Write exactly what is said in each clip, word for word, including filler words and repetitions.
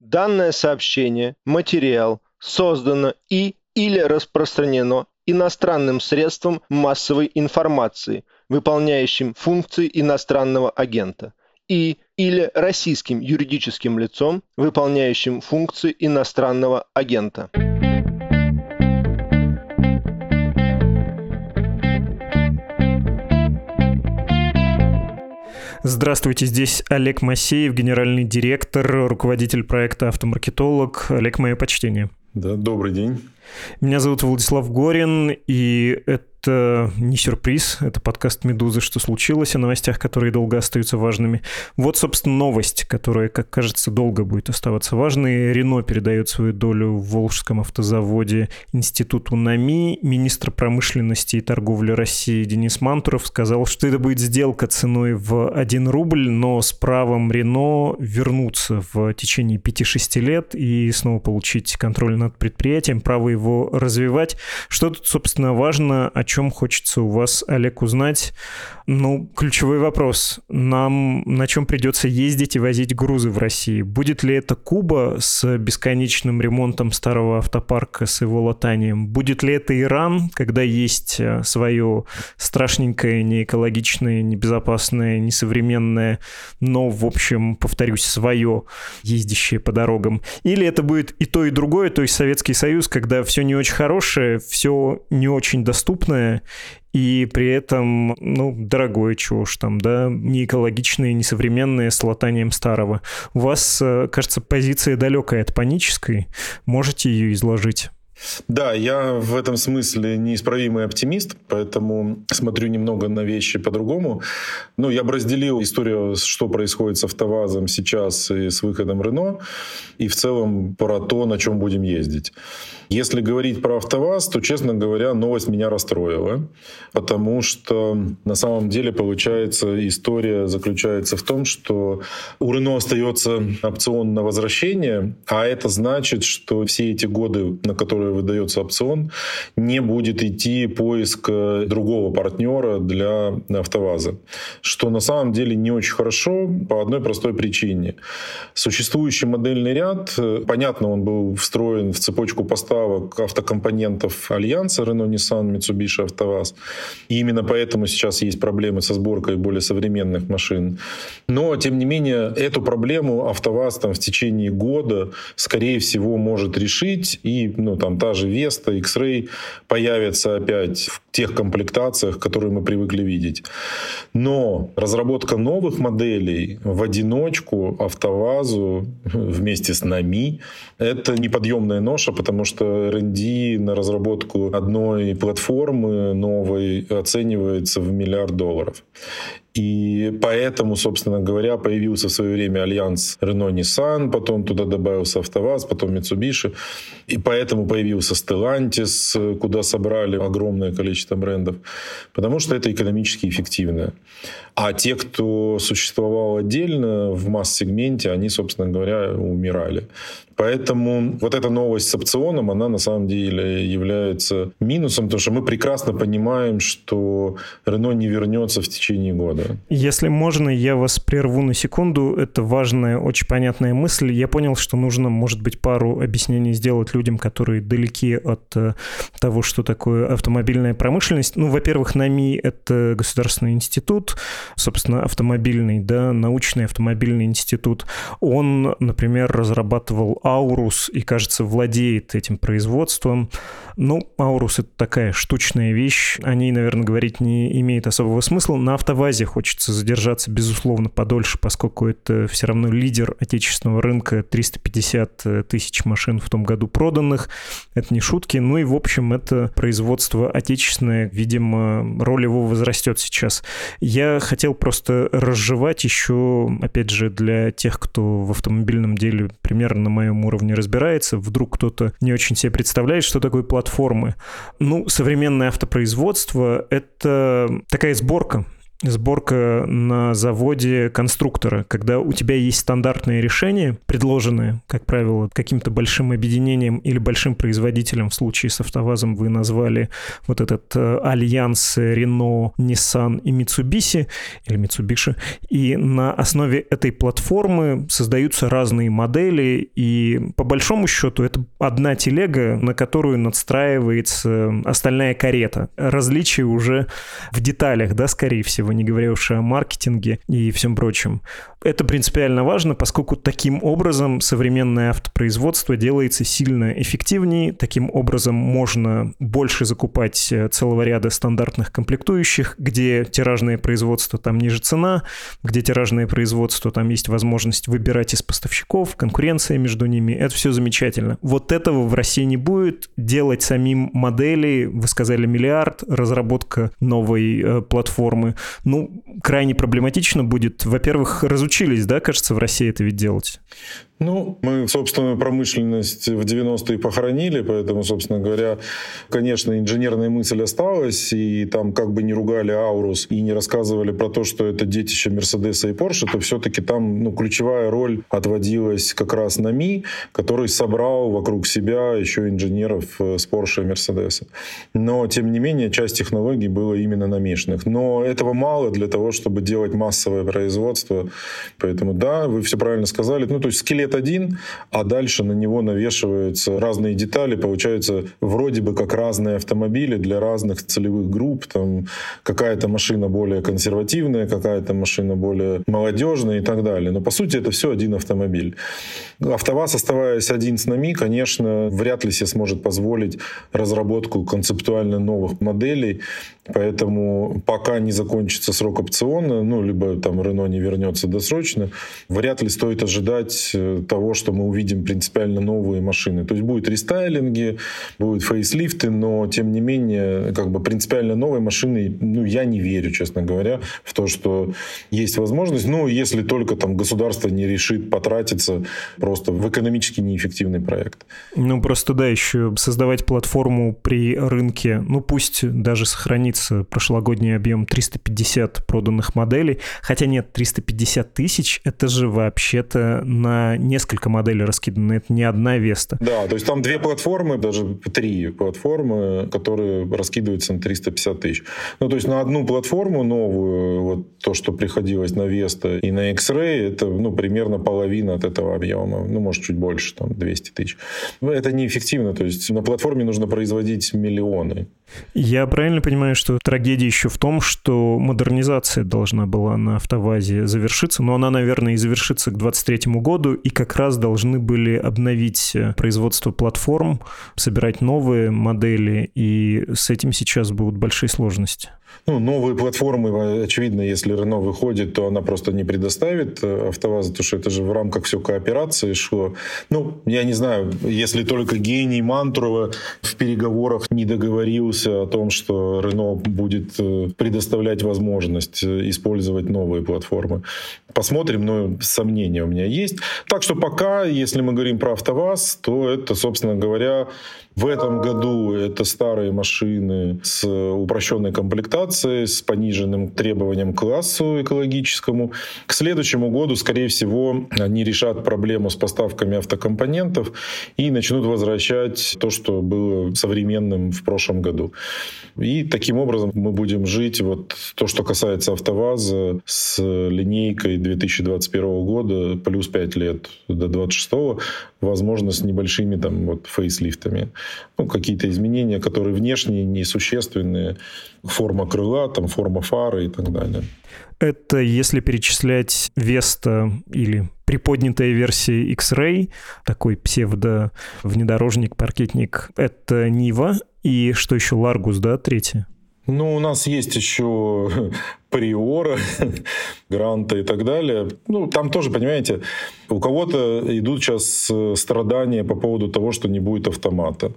Данное сообщение, материал создано и или распространено иностранным средством массовой информации, выполняющим функции иностранного агента, и или российским юридическим лицом, выполняющим функции иностранного агента. Здравствуйте, здесь Олег Масеев, генеральный директор, руководитель проекта «Автомаркетолог». Олег, мое почтение. Да, добрый день. Меня зовут Владислав Горин, и это не сюрприз, это подкаст «Медузы. Что случилось?», о новостях, которые долго остаются важными. Вот, собственно, новость, которая, как кажется, долго будет оставаться важной. Рено передает свою долю в Волжском автозаводе институту НАМИ. Министр промышленности и торговли России Денис Мантуров сказал, что это будет сделка ценой в один рубль, но с правом Рено вернуться в течение пяти-шести лет и снова получить контроль над предприятием, право его развивать. Что тут, собственно, важно, о чем хочется у вас, Олег, узнать? Ну, ключевой вопрос. Нам на чем придется ездить и возить грузы в России? Будет ли это Куба с бесконечным ремонтом старого автопарка, с его латанием? Будет ли это Иран, когда есть свое страшненькое, неэкологичное, небезопасное, несовременное, но, в общем, повторюсь, свое, ездящее по дорогам? Или это будет и то, и другое, то есть Советский Союз, когда все не очень хорошее, все не очень доступное, и при этом, ну, дорогое, чего уж там, да, не экологичное, не современное, с латанием старого. У вас, кажется, позиция далекая от панической. Можете ее изложить? Да, я в этом смысле неисправимый оптимист, поэтому смотрю немного на вещи по-другому. Ну, я бы разделил историю, что происходит с АвтоВАЗом сейчас и с выходом Рено, и в целом про то, на чем будем ездить. Если говорить про АвтоВАЗ, то, честно говоря, новость меня расстроила, потому что на самом деле, получается, история заключается в том, что у Рено остается опцион на возвращение, а это значит, что все эти годы, на которые выдается опцион, не будет идти поиск другого партнера для АвтоВАЗа, что на самом деле не очень хорошо по одной простой причине. Существующий модельный ряд, понятно, он был встроен в цепочку поставок автокомпонентов Альянса Renault, Nissan, Mitsubishi, АвтоВАЗ. И именно поэтому сейчас есть проблемы со сборкой более современных машин. Но, тем не менее, эту проблему АвтоВАЗ там в течение года, скорее всего, может решить. И ну, там, та же Веста, X-Ray появятся опять в тех комплектациях, которые мы привыкли видеть. Но разработка новых моделей в одиночку АвтоВАЗу вместе с НАМИ — это неподъемная ноша, потому что эр энд ди на разработку одной платформы новой оценивается в миллиард долларов. И поэтому, собственно говоря, появился в свое время альянс Renault-Nissan, потом туда добавился АвтоВАЗ, потом Mitsubishi. И поэтому появился Stellantis, куда собрали огромное количество брендов. Потому что это экономически эффективно. А те, кто существовал отдельно в масс-сегменте, они, собственно говоря, умирали. Поэтому вот эта новость с опционом, она на самом деле является минусом, потому что мы прекрасно понимаем, что Renault не вернется в течение года. Если можно, я вас прерву на секунду. Это важная, очень понятная мысль. Я понял, что нужно, может быть, пару объяснений сделать людям, которые далеки от того, что такое автомобильная промышленность. Ну, во-первых, НАМИ — это государственный институт, собственно, автомобильный, да, научный автомобильный институт. Он, например, разрабатывал Аурус и, кажется, владеет этим производством. Ну, Аурус — это такая штучная вещь. О ней, наверное, говорить не имеет особого смысла. На АвтоВАЗе хочется задержаться, безусловно, подольше, поскольку это все равно лидер отечественного рынка. триста пятьдесят тысяч машин в том году проданных. Это не шутки. Ну и, в общем, это производство отечественное. Видимо, роль его возрастет сейчас. Я хотел просто разжевать еще, опять же, для тех, кто в автомобильном деле примерно на моем уровне разбирается. Вдруг кто-то не очень себе представляет, что такое платформы. Ну, современное автопроизводство — это такая сборка Сборка на заводе конструктора, когда у тебя есть стандартные решения, предложенные, как правило, каким-то большим объединением или большим производителем. В случае с АвтоВАЗом вы назвали вот этот э, альянс Renault, Nissan и Mitsubishi, или Mitsubishi, и на основе этой платформы создаются разные модели, и по большому счету это одна телега, на которую надстраивается остальная карета. Различия уже в деталях, да, скорее всего, не говоря уж о маркетинге и всем прочем. Это принципиально важно, поскольку таким образом современное автопроизводство делается сильно эффективнее. Таким образом можно больше закупать целого ряда стандартных комплектующих, где тиражное производство, там ниже цена, где тиражное производство, там есть возможность выбирать из поставщиков, конкуренция между ними. Это все замечательно. Вот этого в России не будет. Делать самим модели, вы сказали, миллиард, разработка новой э, платформы. Ну, крайне проблематично будет. Во-первых, разучились, да, кажется, в России это ведь делать? Ну, мы собственную промышленность в девяностые похоронили, поэтому, собственно говоря, конечно, инженерная мысль осталась, и там как бы не ругали Аурус и не рассказывали про то, что это детище Мерседеса и Порше, то все-таки там, ну, ключевая роль отводилась как раз на Ми, который собрал вокруг себя еще инженеров с Порше и Мерседеса. Но, тем не менее, часть технологий была именно на Мишных. Но этого мало для того, чтобы делать массовое производство. Поэтому, да, вы все правильно сказали. Ну, то есть скелет один, а дальше на него навешиваются разные детали. Получается, вроде бы как разные автомобили для разных целевых групп. Там какая-то машина более консервативная, какая-то машина более молодежная и так далее. Но по сути это все один автомобиль. АвтоВАЗ, оставаясь один с нами, конечно, вряд ли себе сможет позволить разработку концептуально новых моделей. Поэтому пока не закончится срок опциона, ну, либо там Renault не вернется досрочно, вряд ли стоит ожидать того, что мы увидим принципиально новые машины. То есть будут рестайлинги, будут фейслифты, но тем не менее, как бы принципиально новой машины, ну, я не верю, честно говоря, в то, что есть возможность. Ну, если только там государство не решит потратиться просто в экономически неэффективный проект. Ну, просто, да, еще создавать платформу при рынке, ну, пусть даже сохранится прошлогодний объем триста пятьдесят проданных моделей, хотя нет, триста пятьдесят тысяч, это же вообще-то на несколько моделей раскидано, это не одна Веста. Да, то есть там две платформы, даже три платформы, которые раскидываются на триста пятьдесят тысяч. Ну, то есть на одну платформу новую, вот то, что приходилось на Веста и на X-Ray, это, ну, примерно половина от этого объема, ну, может, чуть больше, там, двести тысяч. Это неэффективно, то есть на платформе нужно производить миллионы. Я правильно понимаю, что трагедия еще в том, что модернизация должна была на АвтоВАЗе завершиться, но она, наверное, и завершится к двадцать третьему году, и как раз должны были обновить производство платформ, собирать новые модели, и с этим сейчас будут большие сложности. Ну, новые платформы, очевидно, если Renault выходит, то она просто не предоставит АвтоВАЗу, потому что это же в рамках все кооперации шло. Ну, я не знаю, если только гений Мантурова в переговорах не договорился о том, что Renault будет предоставлять возможность использовать новые платформы. Посмотрим, но сомнения у меня есть. Так что пока, если мы говорим про АвтоВАЗ, то это, собственно говоря, в этом году это старые машины с упрощенной комплектацией, с пониженным требованием к классу экологическому. К следующему году, скорее всего, они решат проблему с поставками автокомпонентов и начнут возвращать то, что было современным в прошлом году. И таким образом мы будем жить, вот то, что касается АвтоВАЗа, с линейкой две тысячи двадцать первого года, плюс пять лет до двадцать шестого, возможно, с небольшими там вот фейслифтами. Ну, какие-то изменения, которые внешние, несущественные. Форма крыла, там, форма фары и так далее. Это если перечислять Веста или приподнятая версия X-Ray, такой псевдо-внедорожник, паркетник, это Нива. И что еще, Ларгус, да, третья? Ну, у нас есть еще Приора, Гранта и так далее. Ну, там тоже, понимаете, у кого-то идут сейчас страдания по поводу того, что не будет автомата.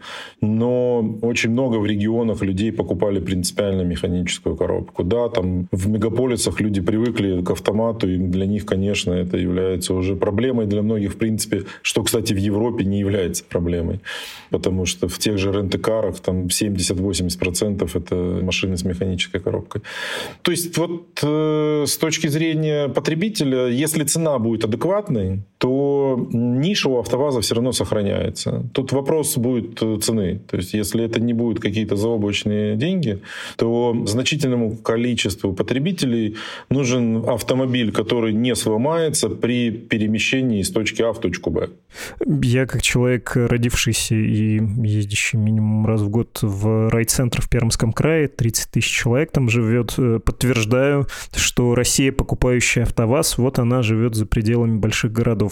Но очень много в регионах людей покупали принципиально механическую коробку. Да, там в мегаполисах люди привыкли к автомату, и для них, конечно, это является уже проблемой для многих, в принципе, что, кстати, в Европе не является проблемой. Потому что в тех же рент-карах там семьдесят-восемьдесят процентов это машины с механической коробкой. То есть вот вот э, с точки зрения потребителя, если цена будет адекватной, то ниша у АвтоВАЗа все равно сохраняется. Тут вопрос будет цены. То есть если это не будут какие-то заоблачные деньги, то значительному количеству потребителей нужен автомобиль, который не сломается при перемещении из точки А в точку Б. Я, как человек, родившийся и ездящий минимум раз в год в райцентр в Пермском крае, тридцать тысяч человек там живет, подтверждаю, что Россия, покупающая АвтоВАЗ, вот она живет за пределами больших городов.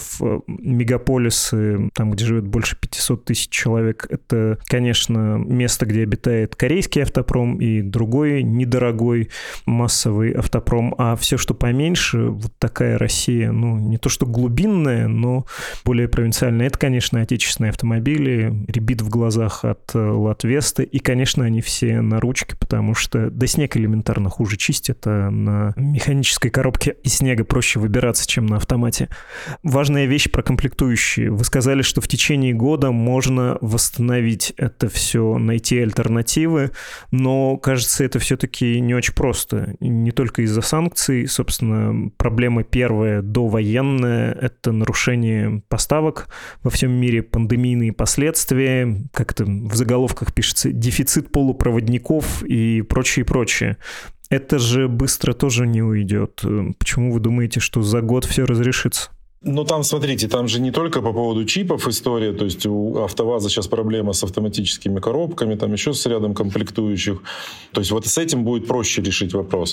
Мегаполисы, там, где живет больше пятьсот тысяч человек, это, конечно, место, где обитает корейский автопром и другой недорогой массовый автопром, а все, что поменьше, вот такая Россия, ну, не то что глубинная, но более провинциальная, это, конечно, отечественные автомобили, рябит в глазах от Латвеста, и, конечно, они все на ручке, потому что, да, снег элементарно хуже чистят, а на механической коробке из снега проще выбираться, чем на автомате. Важная вещь про комплектующие. Вы сказали, что в течение года можно восстановить это все, найти альтернативы, но, кажется, это все-таки не очень просто. Не только из-за санкций. Собственно, проблема первая, довоенная, это нарушение поставок во всем мире, пандемийные последствия, как это в заголовках пишется, дефицит полупроводников и прочее, прочее. Это же быстро тоже не уйдет. Почему вы думаете, что за год все разрешится? Ну, там, смотрите, там же не только по поводу чипов история, то есть у АвтоВАЗа сейчас проблема с автоматическими коробками, там еще с рядом комплектующих, то есть вот с этим будет проще решить вопрос.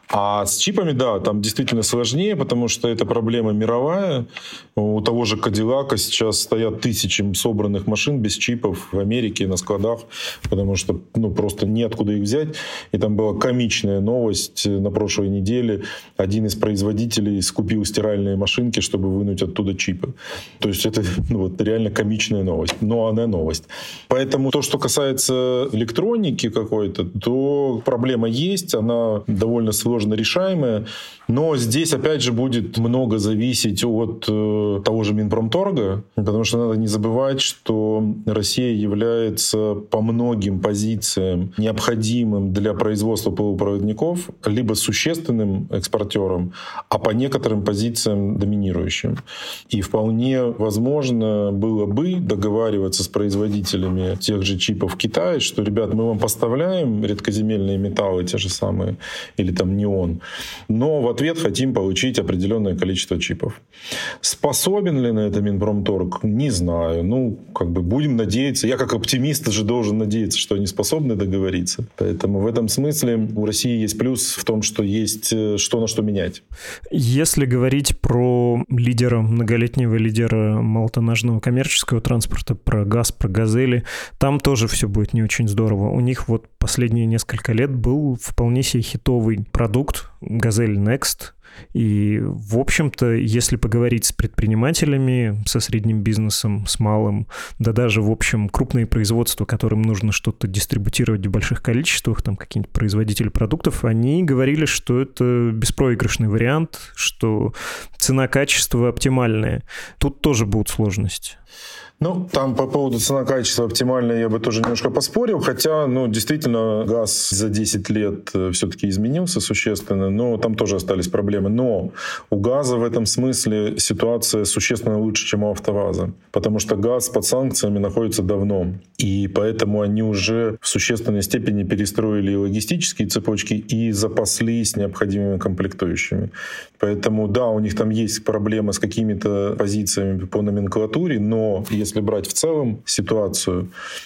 А с чипами, да, там действительно сложнее, потому что это проблема мировая. У того же Кадиллака сейчас стоят тысячи собранных машин без чипов в Америке на складах, потому что, ну, просто неоткуда их взять. И там была комичная новость на прошлой неделе. Один из производителей скупил стиральные машинки, чтобы вынуть оттуда чипы. То есть это, ну, вот, реально комичная новость. Но она новость. Поэтому то, что касается электроники какой-то, то проблема есть, она довольно сложно решаемая. Но здесь, опять же, будет много зависеть от э, того же Минпромторга, потому что надо не забывать, что Россия является по многим позициям необходимым для производства полупроводников либо существенным экспортером, а по некоторым позициям доминирующим. И вполне возможно было бы договариваться с производителями тех же чипов в Китае, что, ребят, мы вам поставляем редкоземельные металлы, те же самые, или там неон, но в ответ хотим получить определенное количество чипов. Способен ли на это Минпромторг? Не знаю. Ну, как бы будем надеяться. Я как оптимист же должен надеяться, что они способны договориться. Поэтому в этом смысле у России есть плюс в том, что есть что на что менять. Если говорить про лидера, многолетнего лидера малотоннажного коммерческого транспорта, про ГАЗ, про «Газели», там тоже все будет не очень здорово. У них вот последние несколько лет был вполне себе хитовый продукт «Газель Next». И, в общем-то, если поговорить с предпринимателями, со средним бизнесом, с малым, да даже, в общем, крупные производства, которым нужно что-то дистрибутировать в больших количествах, там какие-нибудь производители продуктов, они говорили, что это беспроигрышный вариант, что цена-качество оптимальная. Тут тоже будут сложности. Ну, там по поводу цена-качества оптимальная я бы тоже немножко поспорил, хотя, ну, действительно, газ за десять лет все-таки изменился существенно, но там тоже остались проблемы. Но у газа в этом смысле ситуация существенно лучше, чем у АвтоВАЗа, потому что газ под санкциями находится давно, и поэтому они уже в существенной степени перестроили и логистические цепочки, и запаслись необходимыми комплектующими. Поэтому, да, у них там есть проблемы с какими-то позициями по номенклатуре, но если Если брать в целом ситуацию,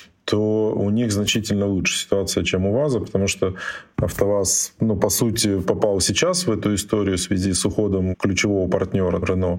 то у них значительно лучше ситуация, чем у ВАЗа, потому что АвтоВАЗ, ну, по сути, попал сейчас в эту историю в связи с уходом ключевого партнера Рено,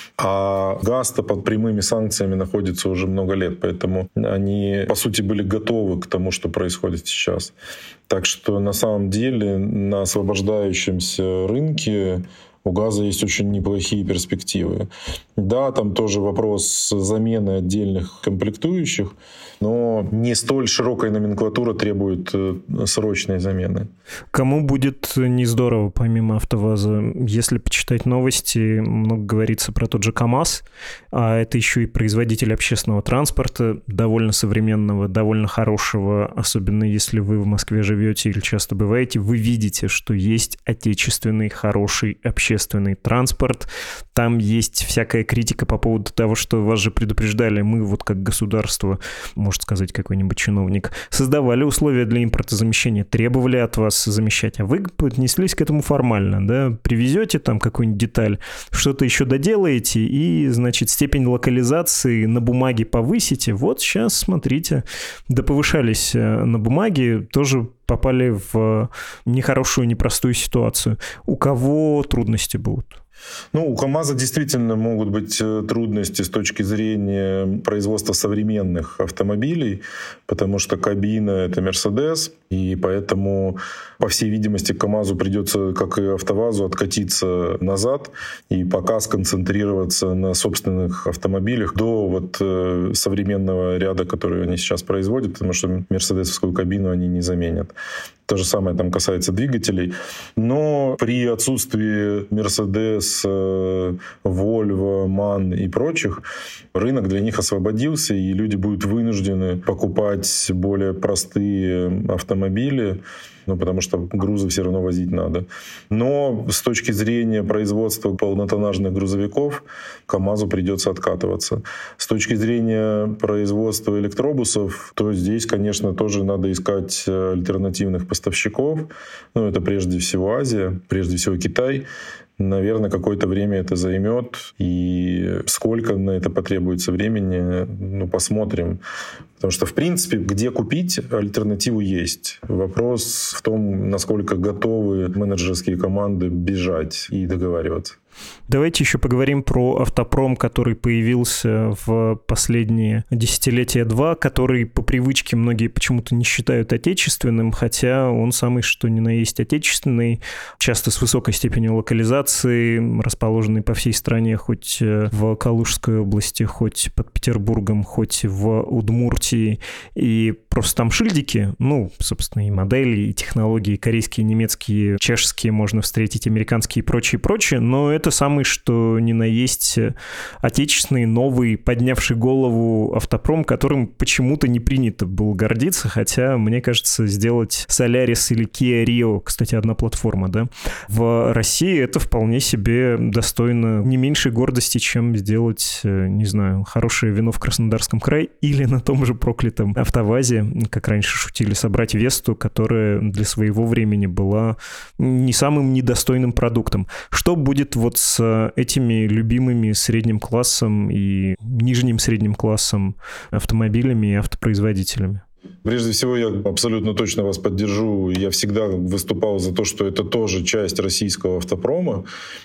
а ГАЗ-то под прямыми санкциями находится уже много лет, поэтому они, по сути, были готовы к тому, что происходит сейчас. Так что, на самом деле, на освобождающемся рынке у ГАЗа есть очень неплохие перспективы. Да, там тоже вопрос замены отдельных комплектующих, но не столь широкая номенклатура требует срочной замены. Кому будет не здорово, помимо АвтоВАЗа? Если почитать новости, много говорится про тот же КАМАЗ, а это еще и производитель общественного транспорта, довольно современного, довольно хорошего, особенно если вы в Москве живете или часто бываете, вы видите, что есть отечественный хороший общественный транспорт. Там есть всякая критика по поводу того, что вас же предупреждали, мы вот как государство, может сказать какой-нибудь чиновник, создавали условия для импортозамещения, требовали от вас замещать, а вы отнеслись к этому формально, да, привезете там какую-нибудь деталь, что-то еще доделаете и, значит, степень локализации на бумаге повысите. Вот сейчас, смотрите, доповышались на бумаге, тоже попали в нехорошую, непростую ситуацию. У кого трудности будут? Ну, у КАМАЗа действительно могут быть трудности с точки зрения производства современных автомобилей, потому что кабина — это Мерседес, и поэтому, по всей видимости, КАМАЗу придется, как и АвтоВАЗу, откатиться назад и пока сконцентрироваться на собственных автомобилях до вот современного ряда, который они сейчас производят, потому что мерседесовскую кабину они не заменят. То же самое там касается двигателей. Но при отсутствии Mercedes, Volvo, MAN и прочих, рынок для них освободился, и люди будут вынуждены покупать более простые автомобили, ну, потому что грузы все равно возить надо. Но с точки зрения производства полнотоннажных грузовиков КАМАЗу придется откатываться. С точки зрения производства электробусов, то здесь, конечно, тоже надо искать альтернативных поставщиков. Ну, это прежде всего Азия, прежде всего Китай. Наверное, какое-то время это займет. И сколько на это потребуется времени, ну, посмотрим. Потому что, в принципе, где купить, альтернативу есть. Вопрос в том, насколько готовы менеджерские команды бежать и договариваться. Давайте еще поговорим про автопром, который появился в последние десятилетия два, который по привычке многие почему-то не считают отечественным, хотя он самый что ни на есть отечественный, часто с высокой степенью локализации, расположенный по всей стране, хоть в Калужской области, хоть под Петербургом, хоть в Удмуртии, и просто там шильдики, ну, собственно, и модели, и технологии корейские, немецкие, чешские можно встретить, американские и прочее, прочее, но это самый что ни на есть отечественный, новый, поднявший голову автопром, которым почему-то не принято было гордиться, хотя, мне кажется, сделать Solaris или Kia Rio, кстати, одна платформа, да, в России это вполне себе достойно не меньшей гордости, чем сделать, не знаю, хорошее вино в Краснодарском крае или на том же проклятом АвтоВАЗе, как раньше шутили, собрать Весту, которая для своего времени была не самым недостойным продуктом. Что будет вот с этими любимыми средним классом и нижним средним классом автомобилями и автопроизводителями? Прежде всего, я абсолютно точно вас поддержу. Я всегда выступал за то, что это тоже часть российского автопрома.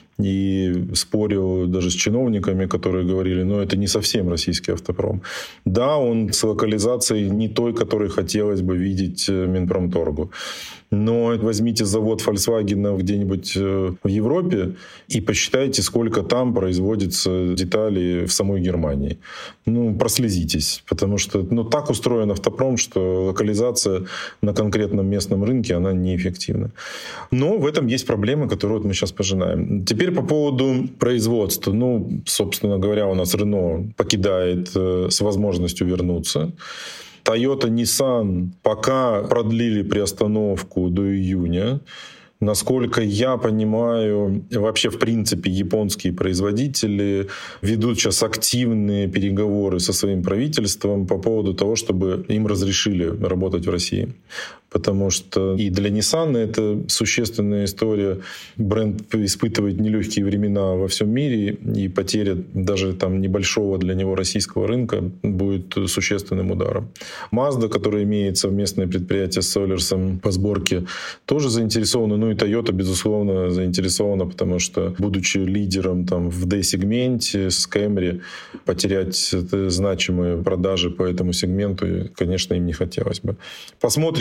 И спорил даже с чиновниками, которые говорили, ну, это не совсем российский автопром. Да, он с локализацией не той, которой хотелось бы видеть Минпромторгу. Но возьмите завод Volkswagen где-нибудь в Европе и посчитайте, сколько там производится деталей в самой Германии. Ну, прослезитесь, потому что ну, так устроен автопром, что локализация на конкретном местном рынке, она неэффективна. Но в этом есть проблемы, которые вот мы сейчас пожинаем. Теперь по поводу производства. Ну, собственно говоря, у нас Renault покидает э, с возможностью вернуться. Toyota, Nissan пока продлили приостановку до июня. Насколько я понимаю, вообще, в принципе, японские производители ведут сейчас активные переговоры со своим правительством по поводу того, чтобы им разрешили работать в России. Потому что и для Nissan это существенная история. Бренд испытывает нелегкие времена во всем мире, и потеря даже там небольшого для него российского рынка будет существенным ударом. Mazda, которая имеет совместное предприятие с Солярсом по сборке, тоже заинтересована. Ну и Toyota, безусловно, заинтересована, потому что, будучи лидером там, в D-сегменте с Camry, потерять значимые продажи по этому сегменту, конечно, им не хотелось бы. Посмотрим, чем закончится.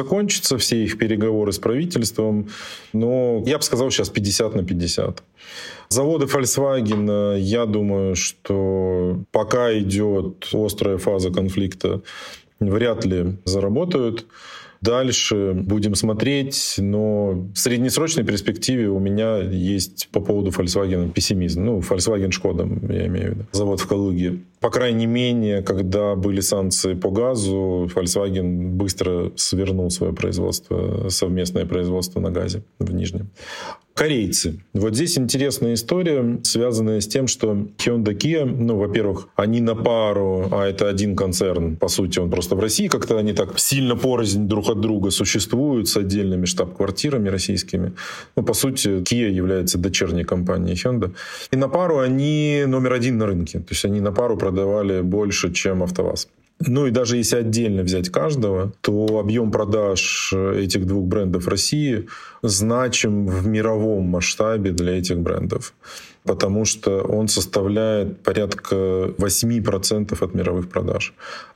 закончится, все их переговоры с правительством, но я бы сказал сейчас пятьдесят на пятьдесят. Заводы Volkswagen, я думаю, что пока идет острая фаза конфликта, вряд ли заработают. Дальше будем смотреть, но в среднесрочной перспективе у меня есть по поводу Volkswagen пессимизм. Ну, Volkswagen Шкода, я имею в виду. Завод в Калуге. По крайней мере, когда были санкции по газу, Volkswagen быстро свернул свое производство, совместное производство на газе в Нижнем. Корейцы. Вот здесь интересная история, связанная с тем, что Hyundai Kia, ну, во-первых, они на пару, а это один концерн, по сути, он просто в России как-то они так сильно порознь друг от друга существуют с отдельными штаб-квартирами российскими. Ну, по сути, Kia является дочерней компанией Hyundai. И на пару они номер один на рынке. То есть они на пару продавали больше, чем АвтоВАЗ. Ну и даже если отдельно взять каждого, то объем продаж этих двух брендов в России значим в мировом масштабе для этих брендов. Потому что он составляет порядка восемь процентов от мировых продаж.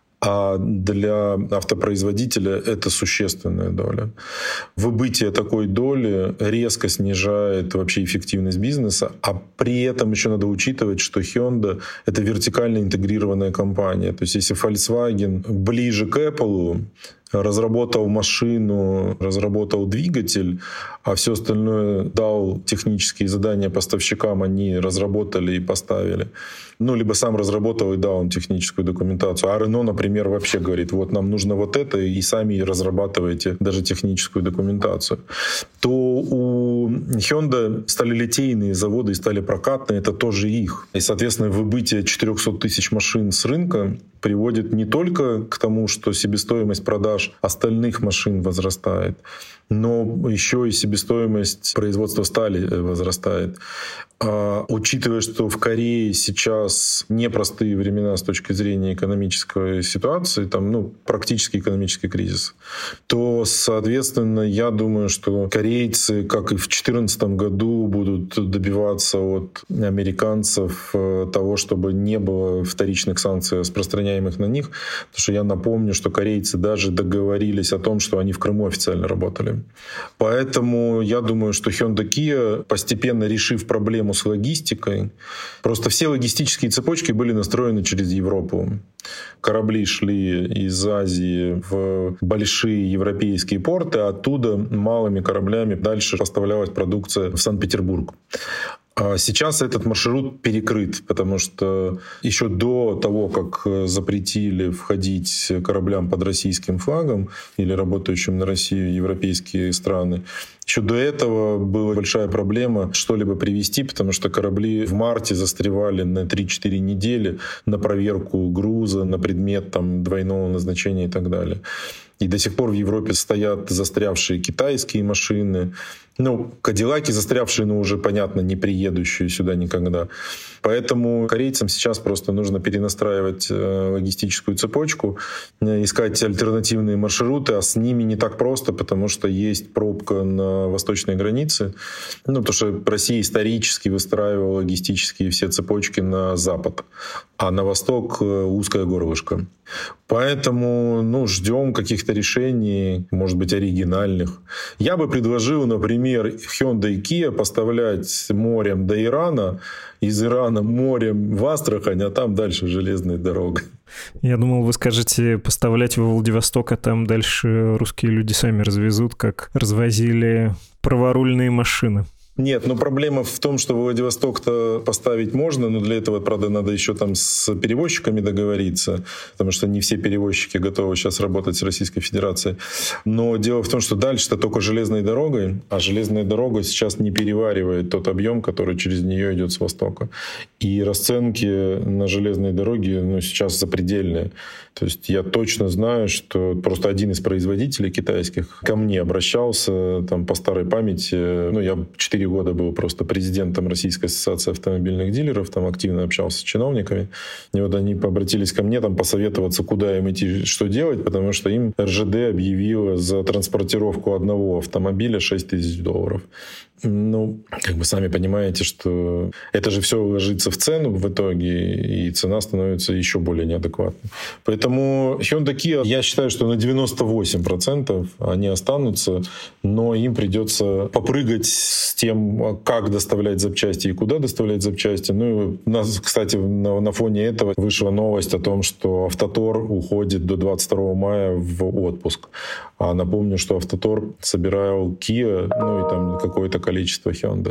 А для автопроизводителя это существенная доля. Выбытие такой доли резко снижает вообще эффективность бизнеса, а при этом еще надо учитывать, что Hyundai — это вертикально интегрированная компания. То есть если Volkswagen ближе к Apple, разработал машину, разработал двигатель, а все остальное дал технические задания поставщикам, они разработали и поставили. Ну, либо сам разработал и дал им техническую документацию. А Renault, например, вообще говорит, вот нам нужно вот это, и сами разрабатываете даже техническую документацию. То у Hyundai сталелитейные заводы и сталепрокатные — это тоже их. И, соответственно, выбытие четыреста тысяч машин с рынка приводит не только к тому, что себестоимость продаж остальных машин возрастает, но еще и себестоимость производства стали возрастает. А, учитывая, что в Корее сейчас непростые времена с точки зрения экономической ситуации, там, ну, практически экономический кризис, то, соответственно, я думаю, что корейцы, как и в две тысячи четырнадцатом году, будут добиваться от американцев того, чтобы не было вторичных санкций, распространяемых на них. Потому что я напомню, что корейцы даже договорились о том, что они в Крыму официально работали. Поэтому я думаю, что Hyundai Kia, постепенно решив проблему с логистикой, просто все логистические цепочки были настроены через Европу. Корабли шли из Азии в большие европейские порты, а оттуда малыми кораблями дальше поставлялась продукция в Санкт-Петербург. Сейчас этот маршрут перекрыт, потому что еще до того, как запретили входить кораблям под российским флагом или работающим на Россию европейские страны, еще до этого была большая проблема что-либо привезти, потому что корабли в марте застревали на три-четыре недели на проверку груза, на предмет там, двойного назначения и так далее. И до сих пор в Европе стоят застрявшие китайские машины. Ну, кадиллаки застрявшие, но уже, понятно, не приедущие сюда никогда. Поэтому корейцам сейчас просто нужно перенастраивать логистическую цепочку, искать альтернативные маршруты, а с ними не так просто, потому что есть пробка на восточной границе. Ну, потому что Россия исторически выстраивала логистические все цепочки на запад, а на восток узкое горлышко. Поэтому, ну, ждем каких-то решений, может быть, оригинальных. Я бы предложил, например, Hyundai и Kia поставлять морем до Ирана, из Ирана морем в Астрахань, а там дальше железной дорогой. Я думал, вы скажете поставлять во Владивосток, а там дальше русские люди сами развезут, как развозили праворульные машины. Нет, но проблема в том, что Владивосток-то поставить можно, но для этого, правда, надо еще там с перевозчиками договориться, потому что не все перевозчики готовы сейчас работать с Российской Федерацией. Но дело в том, что дальше-то только железной дорогой, а железная дорога сейчас не переваривает тот объем, который через нее идет с востока. И расценки на железной дороге, ну, сейчас запредельные. То есть я точно знаю, что просто один из производителей китайских ко мне обращался там, по старой памяти. Ну, я четыре года был просто президентом Российской ассоциации автомобильных дилеров, там активно общался с чиновниками. И вот они обратились ко мне там посоветоваться, куда им идти, что делать, потому что им эр жэ дэ объявила за транспортировку одного автомобиля шесть тысяч долларов. Ну, как бы сами понимаете, что это же все ложится в цену в итоге, и цена становится еще более неадекватной. Поэтому Hyundai Kia, я считаю, что на девяносто восемь процентов они останутся, но им придется попрыгать с тем, как доставлять запчасти и куда доставлять запчасти. Ну, у нас, кстати, на, на фоне этого вышла новость о том, что Автотор уходит до двадцать второго мая в отпуск. А напомню, что Автотор собирал Kia, ну и там какое-то количество Hyundai.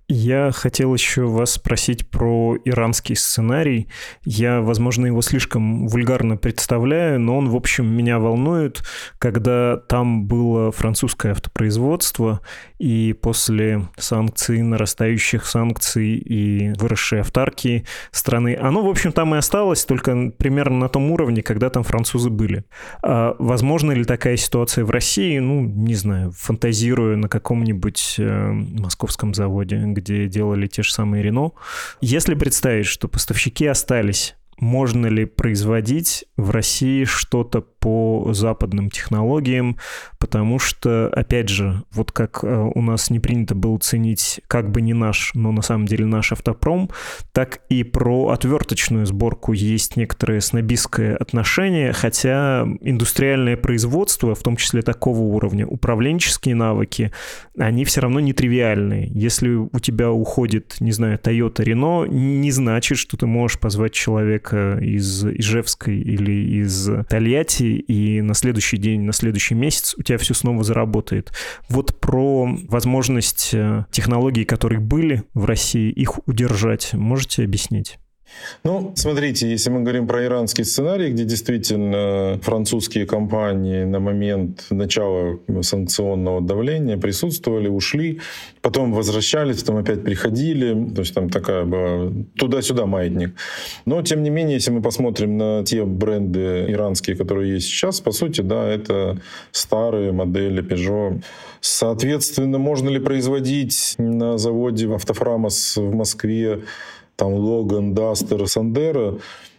Я хотел еще вас спросить про иранский сценарий. Я, возможно, его слишком вульгарно представляю, но он, в общем, меня волнует. Когда там было французское автопроизводство, и после санкций, нарастающих санкций и выросшей автарки страны, оно, в общем, там и осталось, только примерно на том уровне, когда там французы были. А возможно ли такая ситуация в России? Ну, не знаю, фантазируя на каком-нибудь э, московском заводе, где делали те же самые Рено. Если представить, что поставщики остались, можно ли производить в России что-то по западным технологиям, потому что, опять же, вот как у нас не принято было ценить как бы не наш, но на самом деле наш автопром, так и про отверточную сборку есть некоторое снобистское отношение, хотя индустриальное производство, в том числе такого уровня, управленческие навыки, они все равно нетривиальные. Если у тебя уходит, не знаю, Toyota Renault, не значит, что ты можешь позвать человека из Ижевской или из Тольятти, и на следующий день, на следующий месяц у тебя все снова заработает. Вот про возможность технологий, которые были в России, их удержать, можете объяснить? Ну, смотрите, если мы говорим про иранский сценарий, где действительно французские компании на момент начала санкционного давления присутствовали, ушли, потом возвращались, потом опять приходили, то есть там такая была туда-сюда маятник. Но, тем не менее, если мы посмотрим на те бренды иранские, которые есть сейчас, по сути, да, это старые модели Peugeot. Соответственно, можно ли производить на заводе Автофрамос в Москве там Логан, Дастер, Сандеро?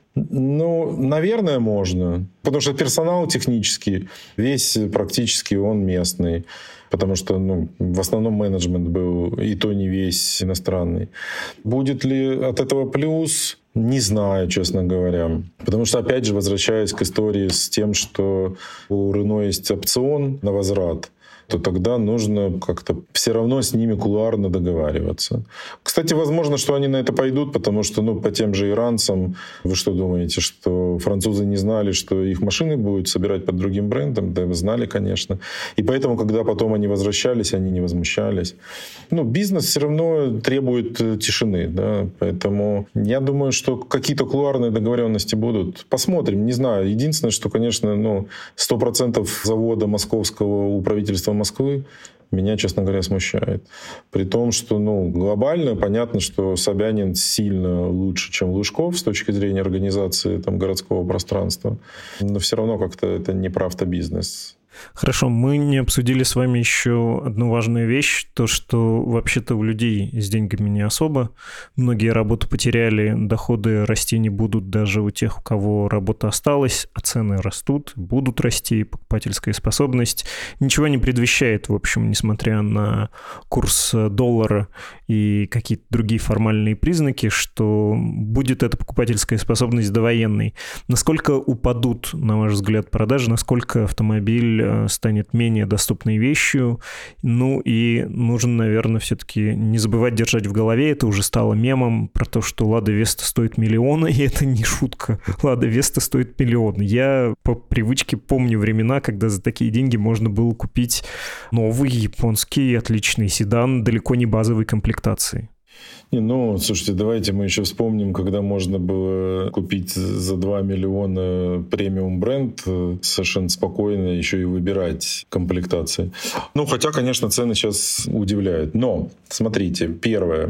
Ну, наверное, можно. Потому что персонал технический, весь практически он местный. Потому что ну, в основном менеджмент был и то не весь иностранный. Будет ли от этого плюс? Не знаю, честно говоря. Потому что, опять же, возвращаясь к истории с тем, что у Рено есть опцион на возврат, то тогда нужно как-то все равно с ними кулуарно договариваться. Кстати, возможно, что они на это пойдут, потому что ну, по тем же иранцам, вы что думаете, что французы не знали, что их машины будут собирать под другим брендом? Да, вы знали, конечно. И поэтому, когда потом они возвращались, они не возмущались. Ну, бизнес все равно требует тишины, да, поэтому я думаю, что какие-то кулуарные договоренности будут. Посмотрим, не знаю. Единственное, что, конечно, ну, сто процентов завода московского у правительства Москвы меня, честно говоря, смущает. При том, что ну, глобально понятно, что Собянин сильно лучше, чем Лужков с точки зрения организации там, городского пространства. Но все равно как-то это не про автобизнес. Хорошо, мы не обсудили с вами еще одну важную вещь, то, что вообще-то у людей с деньгами не особо. Многие работу потеряли, доходы расти не будут даже у тех, у кого работа осталась, а цены растут, будут расти, покупательская способность. Ничего не предвещает, в общем, несмотря на курс доллара и какие-то другие формальные признаки, что будет эта покупательская способность довоенной. Насколько упадут, на ваш взгляд, продажи, насколько автомобиль станет менее доступной вещью. Ну и нужно, наверное, все-таки не забывать держать в голове, это уже стало мемом, про то, что Лада Веста стоит миллиона, и это не шутка. Лада Веста стоит миллион. Я по привычке помню времена, когда за такие деньги можно было купить новый японский отличный седан, далеко не базовой комплектации. Не, ну, слушайте, давайте мы еще вспомним, когда можно было купить за два миллиона премиум бренд совершенно спокойно, еще и выбирать комплектации. Ну, хотя, конечно, цены сейчас удивляют. Но, смотрите, первое.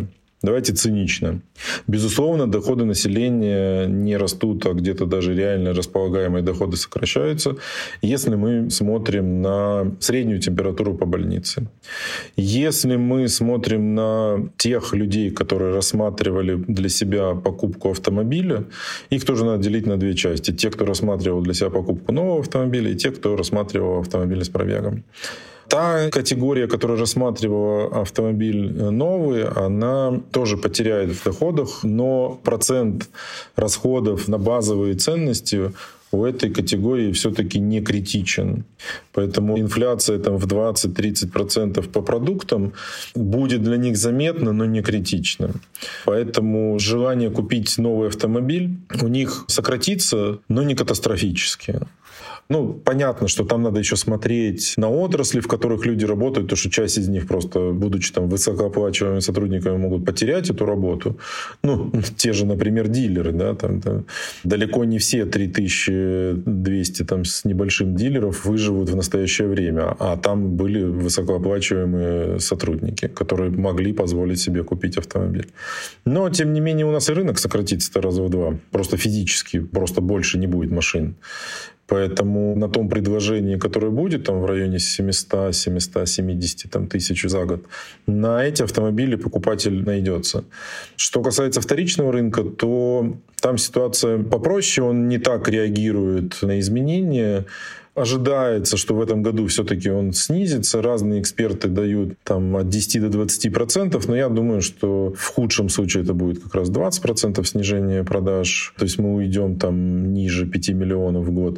Давайте цинично. Безусловно, доходы населения не растут, а где-то даже реально располагаемые доходы сокращаются, если мы смотрим на среднюю температуру по больнице. Если мы смотрим на тех людей, которые рассматривали для себя покупку автомобиля, их тоже надо делить на две части. Те, кто рассматривал для себя покупку нового автомобиля, и те, кто рассматривал автомобиль с пробегом. Та категория, которая рассматривала автомобиль новый, она тоже потеряет в доходах, но процент расходов на базовые ценности у этой категории все-таки не критичен. Поэтому инфляция там, в двадцать-тридцать процентов по продуктам будет для них заметна, но не критична. Поэтому желание купить новый автомобиль у них сократится, но не катастрофически. Ну, понятно, что там надо еще смотреть на отрасли, в которых люди работают, потому что часть из них просто, будучи там высокооплачиваемыми сотрудниками, могут потерять эту работу. Ну, те же, например, дилеры, да, там, там далеко не все три тысячи двести там с небольшим дилеров выживут в настоящее время, а там были высокооплачиваемые сотрудники, которые могли позволить себе купить автомобиль. Но, тем не менее, у нас и рынок сократится раза в два. Просто физически, просто больше не будет машин. Поэтому на том предложении, которое будет там, в районе семьсот - семьсот семьдесят там, тысяч за год, на эти автомобили покупатель найдется. Что касается вторичного рынка, то там ситуация попроще, он не так реагирует на изменения. Ожидается, что в этом году все-таки он снизится. Разные эксперты дают там, от десяти до двадцати процентов, но я думаю, что в худшем случае это будет как раз двадцать процентов снижения продаж. То есть мы уйдем там, ниже пяти миллионов в год.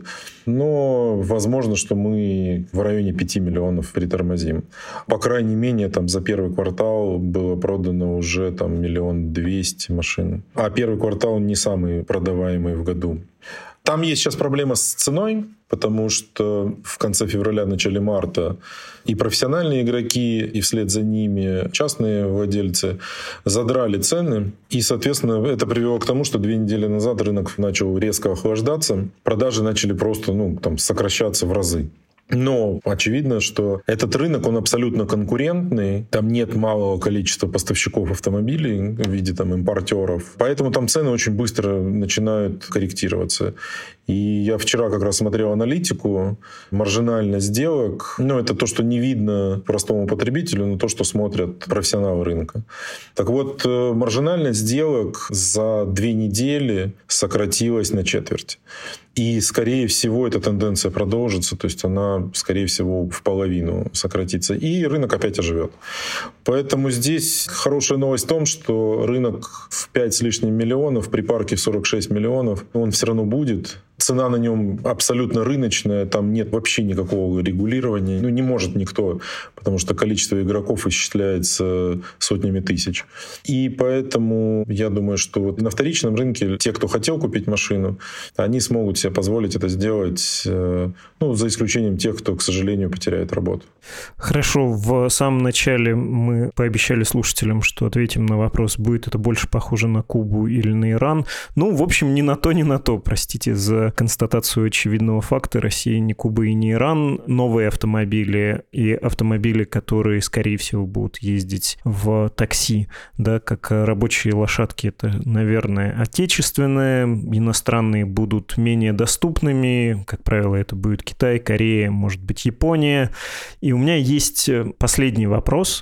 Но возможно, что мы в районе пяти миллионов притормозим. По крайней мере, там, за первый квартал было продано уже там, миллион двести машин. А первый квартал не самый продаваемый в году. Там есть сейчас проблема с ценой, потому что в конце февраля, начале марта и профессиональные игроки, и вслед за ними частные владельцы задрали цены. И, соответственно, это привело к тому, что две недели назад рынок начал резко охлаждаться. Продажи начали просто ну, там, сокращаться в разы. Но очевидно, что этот рынок, он абсолютно конкурентный. Там нет малого количества поставщиков автомобилей в виде там, импортеров. Поэтому там цены очень быстро начинают корректироваться. И я вчера как раз смотрел аналитику. Маржинальность сделок, ну, это то, что не видно простому потребителю, но то, что смотрят профессионалы рынка. Так вот, маржинальность сделок за две недели сократилась на четверть. И, скорее всего, эта тенденция продолжится, то есть она, скорее всего, в половину сократится. И рынок опять оживет. Поэтому здесь хорошая новость в том, что рынок в пять с лишним миллионов, при парке в сорок шесть миллионов, он все равно будет. Цена на нем абсолютно рыночная, там нет вообще никакого регулирования. Ну, не может никто, потому что количество игроков исчисляется сотнями тысяч. И поэтому я думаю, что вот на вторичном рынке те, кто хотел купить машину, они смогут себе позволить это сделать, ну, за исключением тех, кто, к сожалению, потеряет работу. Хорошо, в самом начале мы пообещали слушателям, что ответим на вопрос, будет это больше похоже на Кубу или на Иран. Ну, в общем, ни на то, ни на то, простите за констатацию очевидного факта. Россия не Куба и не Иран. Новые автомобили и автомобили, которые, скорее всего, будут ездить в такси, да, как рабочие лошадки, это, наверное, отечественные. Иностранные будут менее доступными. Как правило, это будет Китай, Корея, может быть, Япония. И у меня есть последний вопрос.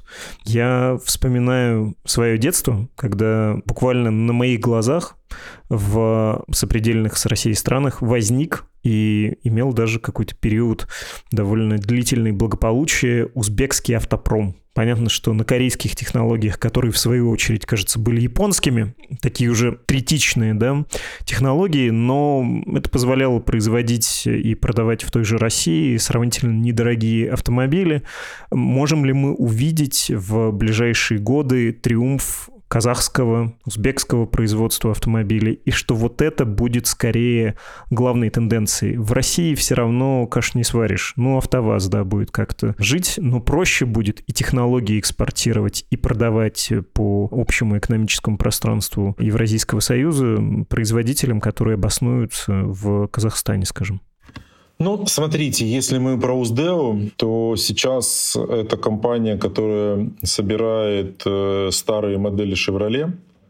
Я вспоминаю свое детство, когда буквально на моих глазах в сопредельных с Россией странах возник и имел даже какой-то период довольно длительный благополучия узбекский автопром. Понятно, что на корейских технологиях, которые в свою очередь, кажется, были японскими, такие уже третичные, да, технологии, но это позволяло производить и продавать в той же России сравнительно недорогие автомобили. Можем ли мы увидеть в ближайшие годы триумф казахского, узбекского производства автомобилей, и что вот это будет скорее главной тенденцией. В России все равно каш не сваришь. Ну, АвтоВАЗ, да, будет как-то жить, но проще будет и технологии экспортировать, и продавать по общему экономическому пространству Евразийского союза производителям, которые обоснуются в Казахстане, скажем. Ну, смотрите, если мы про Уздео, то сейчас это компания, которая собирает э, старые модели Chevrolet,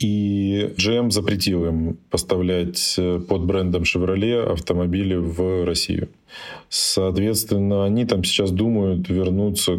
и джи эм запретил им поставлять под брендом Chevrolet автомобили в Россию. Соответственно, они там сейчас думают вернуться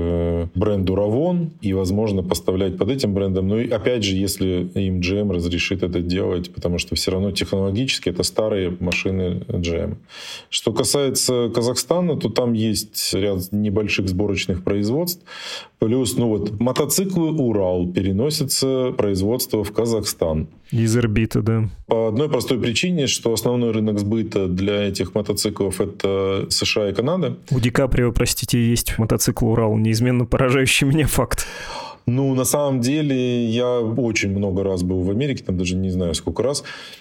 к бренду Ravon и, возможно, поставлять под этим брендом. Но опять же, если им джи эм разрешит это делать, потому что все равно технологически это старые машины джи эм. Что касается Казахстана, то там есть ряд небольших сборочных производств. Плюс, ну вот, мотоциклы Урал переносятся производство в Казахстан. Из орбиты, да. По одной простой причине, что основной рынок сбыта для этих мотоциклов — это США и Канада. У Ди Каприо, простите, есть мотоцикл Урал, неизменно поражающий меня факт. Ну, на самом деле, я очень много раз был в Америке, там даже не знаю сколько раз,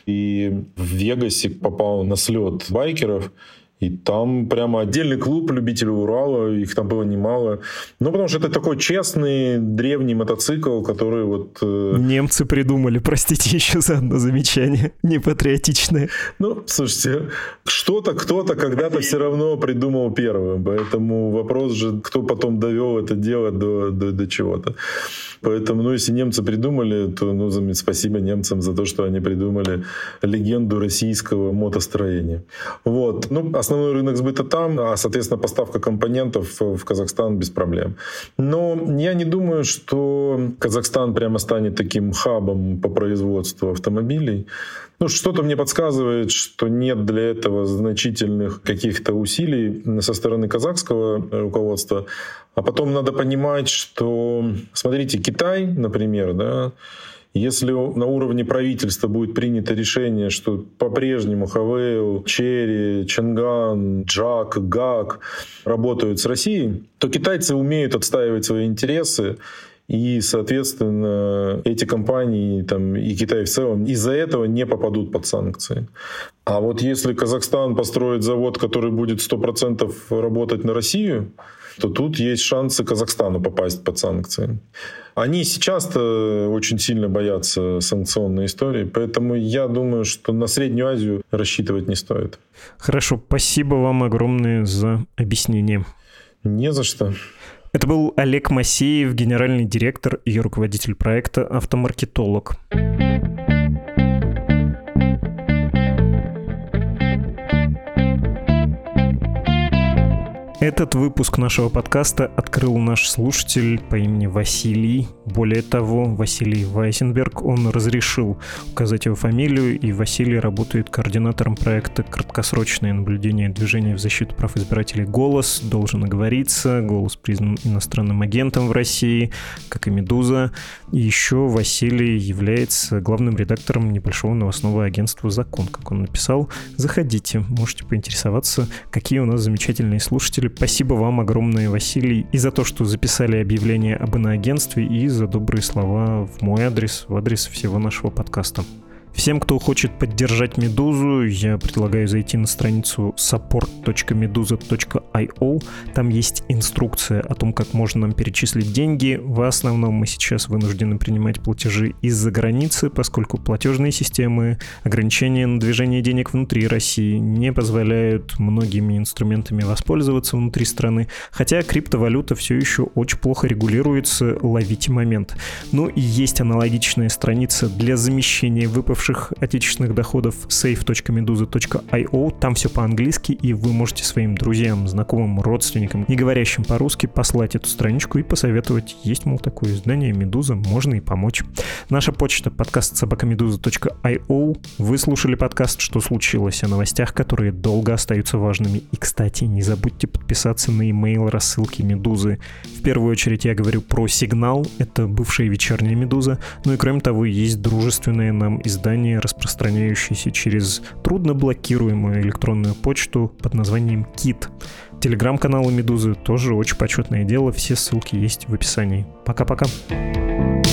и в Вегасе попал на слет байкеров, и там прямо отдельный клуб любителей Урала, их там было немало. Ну, потому что это такой честный, древний мотоцикл, который вот... Э... Немцы придумали, простите еще за одно замечание, непатриотичное. Ну, слушайте, что-то кто-то когда-то все равно придумал первым, поэтому вопрос же, кто потом довел это дело до, до, до чего-то. Поэтому, ну, если немцы придумали, то, ну, спасибо немцам за то, что они придумали легенду российского мотостроения. Вот. Ну, основной рынок сбыта там, а, соответственно, поставка компонентов в Казахстан без проблем. Но я не думаю, что Казахстан прямо станет таким хабом по производству автомобилей. Ну, что-то мне подсказывает, что нет для этого значительных каких-то усилий со стороны казахского руководства. А потом надо понимать, что, смотрите, Китай, например, да, если на уровне правительства будет принято решение, что по-прежнему Хавейл, Черри, Чанган, Джак, Гак работают с Россией, то китайцы умеют отстаивать свои интересы. И, соответственно, эти компании там, и Китай в целом из-за этого не попадут под санкции. А вот если Казахстан построит завод, который будет сто процентов работать на Россию, то тут есть шансы Казахстану попасть под санкции. Они сейчас-то очень сильно боятся санкционной истории, поэтому я думаю, что на Среднюю Азию рассчитывать не стоит. Хорошо, спасибо вам огромное за объяснение. Не за что. Это был Олег Масеев, генеральный директор и руководитель проекта «Автомаркетолог». Этот выпуск нашего подкаста открыл наш слушатель по имени Василий. Более того, Василий Вайсенберг, он разрешил указать его фамилию, и Василий работает координатором проекта «Краткосрочное наблюдение движения в защиту прав избирателей «Голос». Должен оговориться, «Голос» признан иностранным агентом в России, как и «Медуза». И еще Василий является главным редактором небольшого новостного агентства «Закон», как он написал. Заходите, можете поинтересоваться, какие у нас замечательные слушатели. Спасибо вам огромное, Василий, и за то, что записали объявление об иноагентстве, и за добрые слова в мой адрес, в адрес всего нашего подкаста. Всем, кто хочет поддержать «Медузу», я предлагаю зайти на страницу support точка meduza точка io. Там есть инструкция о том, как можно нам перечислить деньги. В основном мы сейчас вынуждены принимать платежи из-за границы, поскольку платежные системы, ограничения на движение денег внутри России не позволяют многими инструментами воспользоваться внутри страны. Хотя криптовалюта все еще очень плохо регулируется, ловите момент. Ну и есть аналогичная страница для замещения выпавших отечественных доходов сейф точка meduza точка io. Там все по-английски, и вы можете своим друзьям, знакомым, родственникам, не говорящим по-русски, послать эту страничку и посоветовать. Есть, мол, такое издание «Медуза», можно и помочь. Наша почта — подкаст собака медуза точка io. Вы слушали подкаст «Что случилось?» о новостях, которые долго остаются важными. И, кстати, не забудьте подписаться на имейл рассылки «Медузы». В первую очередь я говорю про «Сигнал», это бывшая вечерняя «Медуза». Ну и кроме того, есть дружественное нам издание, распространяющееся через трудноблокируемую электронную почту под названием «Кит». Телеграм-каналы «Медузы» тоже очень почетное дело, все ссылки есть в описании. Пока-пока.